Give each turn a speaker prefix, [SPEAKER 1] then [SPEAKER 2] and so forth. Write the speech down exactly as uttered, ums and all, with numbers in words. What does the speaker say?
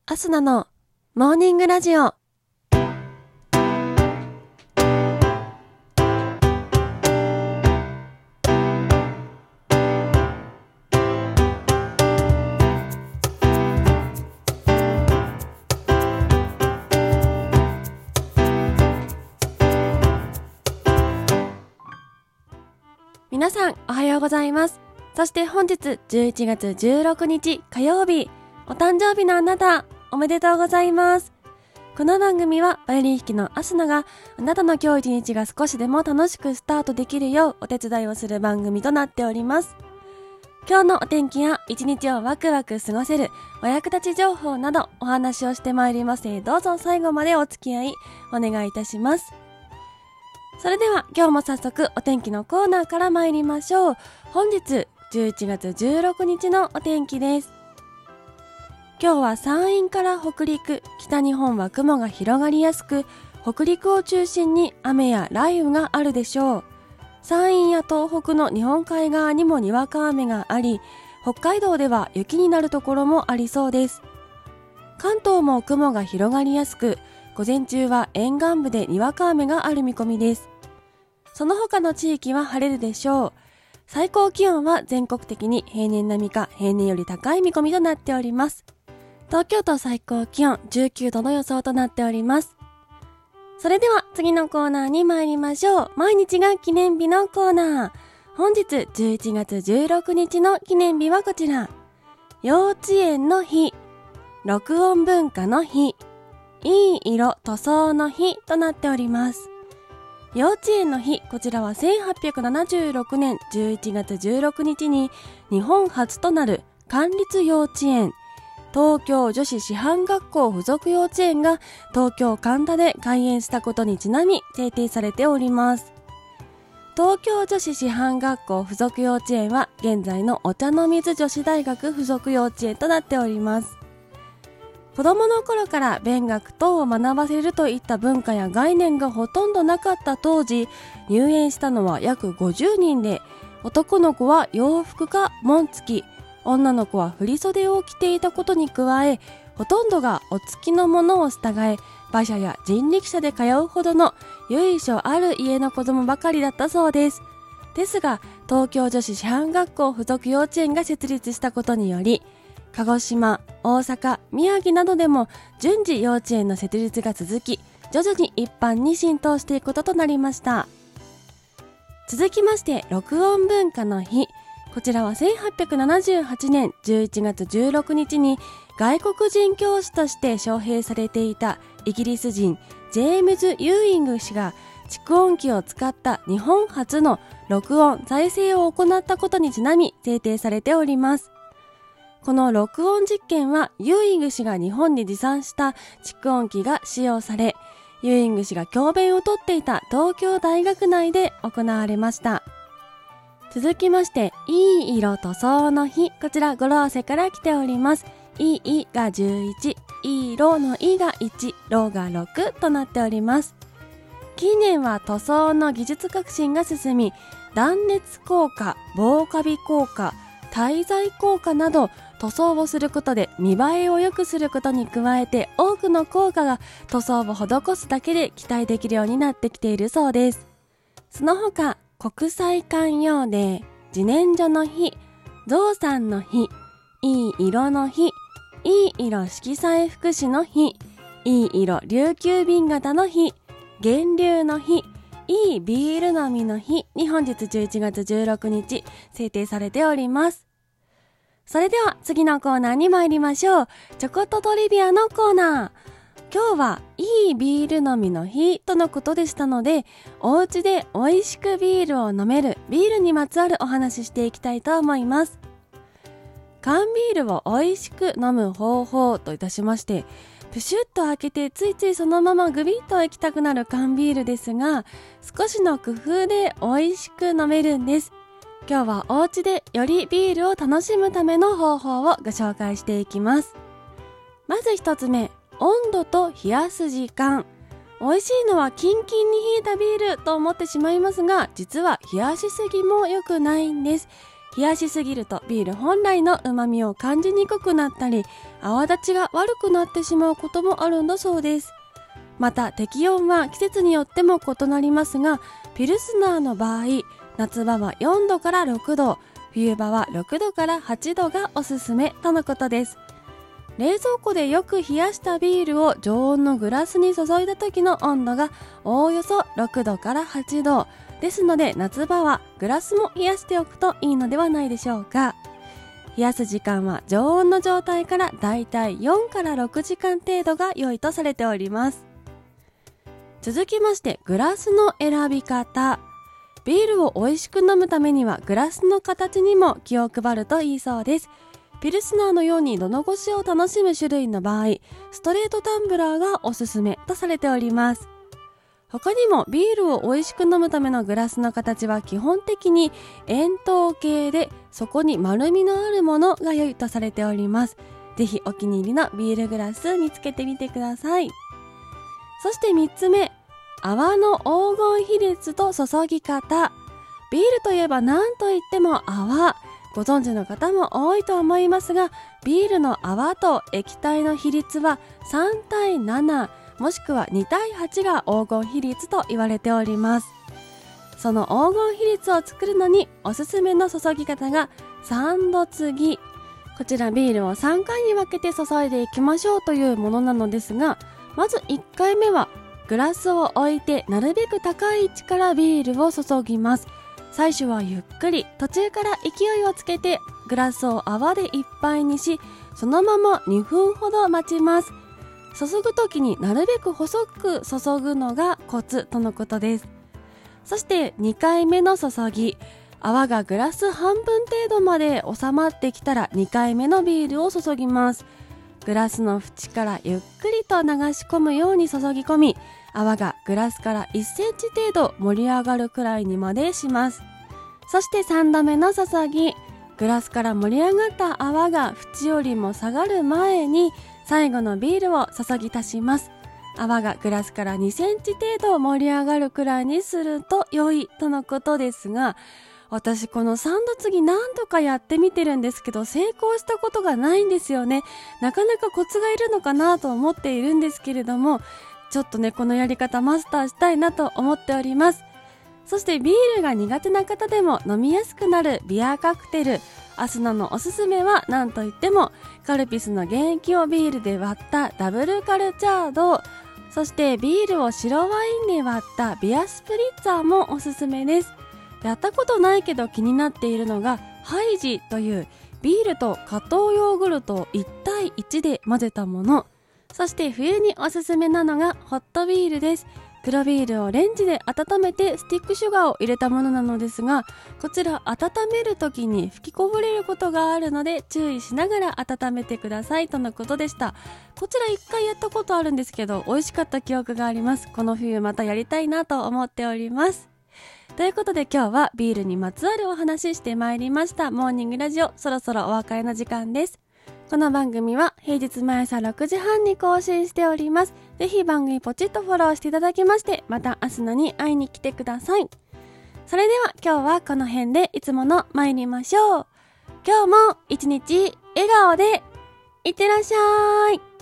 [SPEAKER 1] アスナのモーニングラジオ。皆さんおはようございます。そして本日じゅういちがつじゅうろくにち火曜日、お誕生日のあなたおめでとうございます。この番組はバイオリン弾きのアスナがあなたの今日一日が少しでも楽しくスタートできるようお手伝いをする番組となっております。今日のお天気や一日をワクワク過ごせるお役立ち情報などお話をしてまいりますので、どうぞ最後までお付き合いお願いいたします。それでは今日も早速お天気のコーナーから参りましょう。本日じゅういちがつじゅうろくにちのお天気です。今日は山陰から北陸、北日本は雲が広がりやすく、北陸を中心に雨や雷雨があるでしょう。山陰や東北の日本海側にもにわか雨があり、北海道では雪になるところもありそうです。関東も雲が広がりやすく、午前中は沿岸部でにわか雨がある見込みです。その他の地域は晴れるでしょう。最高気温は全国的に平年並みか平年より高い見込みとなっております。東京都最高気温じゅうきゅうどの予想となっております。それでは次のコーナーに参りましょう。毎日が記念日のコーナー。本日じゅういちがつじゅうろくにちの記念日はこちら。幼稚園の日、録音文化の日、いい色塗装の日となっております。幼稚園の日、こちらはせんはっぴゃくななじゅうろくねんじゅういちがつじゅうろくにちに日本初となる官立幼稚園、東京女子師範学校附属幼稚園が東京神田で開園したことにちなみ制定されております。東京女子師範学校附属幼稚園は現在のお茶の水女子大学附属幼稚園となっております。子供の頃から勉学等を学ばせるといった文化や概念がほとんどなかった当時、入園したのは約ごじゅうにんで、男の子は洋服か紋付き、女の子は振袖を着ていたことに加え、ほとんどがお付きのものを従え、馬車や人力車で通うほどの由緒ある家の子供ばかりだったそうです。ですが、東京女子師範学校附属幼稚園が設立したことにより、鹿児島、大阪、宮城などでも順次幼稚園の設立が続き、徐々に一般に浸透していくこととなりました。続きまして、録音文化の日。こちらはせんはっぴゃくななじゅうはちねんじゅういちがつじゅうろくにちに外国人教師として招聘されていたイギリス人ジェームズ・ユーイング氏が蓄音機を使った日本初の録音再生を行ったことにちなみ制定されております。この録音実験はユーイング氏が日本に持参した蓄音機が使用され、ユーイング氏が教鞭をとっていた東京大学内で行われました。続きまして、いい色塗装の日。こちら語呂合わせから来ております。いいがじゅういち、いいろのいがいち、ろがろくとなっております。近年は塗装の技術革新が進み、断熱効果、防カビ効果、滞在効果など塗装をすることで見栄えを良くすることに加えて多くの効果が塗装を施すだけで期待できるようになってきているそうです。その他、国際寛容デー、自然薯の日、ゾウさんの日、いい色の日、いい色色彩福祉の日、いい色琉球瓶型の日、源流の日、いいビール飲みの日に本日じゅういちがつじゅうろくにち制定されております。それでは次のコーナーに参りましょう。ちょこっとトリビアのコーナー。今日はいいビール飲みの日とのことでしたので、お家で美味しくビールを飲めるビールにまつわるお話ししていきたいと思います。缶ビールを美味しく飲む方法といたしまして、プシュッと開けてついついそのままグビッと行きたくなる缶ビールですが、少しの工夫で美味しく飲めるんです。今日はお家でよりビールを楽しむための方法をご紹介していきます。まず一つ目、温度と冷やす時間。美味しいのはキンキンに冷えたビールと思ってしまいますが、実は冷やしすぎも良くないんです。 冷やしすぎるとビール本来の旨味を感じにくくなったり、泡立ちが悪くなってしまうこともあるんだそうです。また適温は季節によっても異なりますが、ピルスナーの場合、夏場はよんどからろくど、冬場はろくどからはちどがおすすめとのことです。冷蔵庫でよく冷やしたビールを常温のグラスに注いだ時の温度がおおよそろくどからはちどですので、夏場はグラスも冷やしておくといいのではないでしょうか。冷やす時間は常温の状態からだいたいよんからろくじかん程度が良いとされております。続きまして、グラスの選び方。ビールを美味しく飲むためにはグラスの形にも気を配るといいそうです。ピルスナーのように喉越しを楽しむ種類の場合、ストレートタンブラーがおすすめとされております。他にもビールを美味しく飲むためのグラスの形は基本的に円筒形で、そこに丸みのあるものが良いとされております。ぜひお気に入りのビールグラス見つけてみてください。そしてみっつめ、泡の黄金比率と注ぎ方。ビールといえば何といっても泡。ご存知の方も多いと思いますが、ビールの泡と液体の比率はさんたいなな、もしくはにたいはちが黄金比率と言われております。その黄金比率を作るのにおすすめの注ぎ方がさんど継ぎ。こちらビールをさんかいに分けて注いでいきましょうというものなのですが、まずいっかいめはグラスを置いてなるべく高い位置からビールを注ぎます。最初はゆっくり、途中から勢いをつけてグラスを泡でいっぱいにし、そのままにふんほど待ちます。注ぐときになるべく細く注ぐのがコツとのことです。そしてにかいめの注ぎ、泡がグラス半分程度まで収まってきたらにかいめのビールを注ぎます。グラスの縁からゆっくりと流し込むように注ぎ込み、泡がグラスからいっセンチ程度盛り上がるくらいにまでします。そしてさんどめの注ぎ、グラスから盛り上がった泡が縁よりも下がる前に最後のビールを注ぎ足します。泡がグラスからにセンチ程度盛り上がるくらいにすると良いとのことですが、私このさんど継ぎ何度かやってみてるんですけど、成功したことがないんですよね。なかなかコツがいるのかなと思っているんですけれども、ちょっとねこのやり方マスターしたいなと思っております。そしてビールが苦手な方でも飲みやすくなるビアカクテル、アスナのおすすめは何といってもカルピスの原液をビールで割ったダブルカルチャード、そしてビールを白ワインで割ったビアスプリッツァーもおすすめです。やったことないけど気になっているのがハイジというビールと加糖ヨーグルトをいちたいいちで混ぜたもの。そして冬におすすめなのがホットビールです。黒ビールをレンジで温めてスティックシュガーを入れたものなのですが、こちら温めるときに吹きこぼれることがあるので注意しながら温めてくださいとのことでした。こちらいっかいやったことあるんですけど美味しかった記憶があります。この冬またやりたいなと思っております。ということで今日はビールにまつわるお話してまいりました。モーニングラジオ、そろそろお別れの時間です。この番組は平日毎朝ろくじはんに更新しております。ぜひ番組ポチッとフォローしていただきまして、またアスナに会いに来てください。それでは今日はこの辺でいつもの参りましょう。今日も一日笑顔でいってらっしゃい。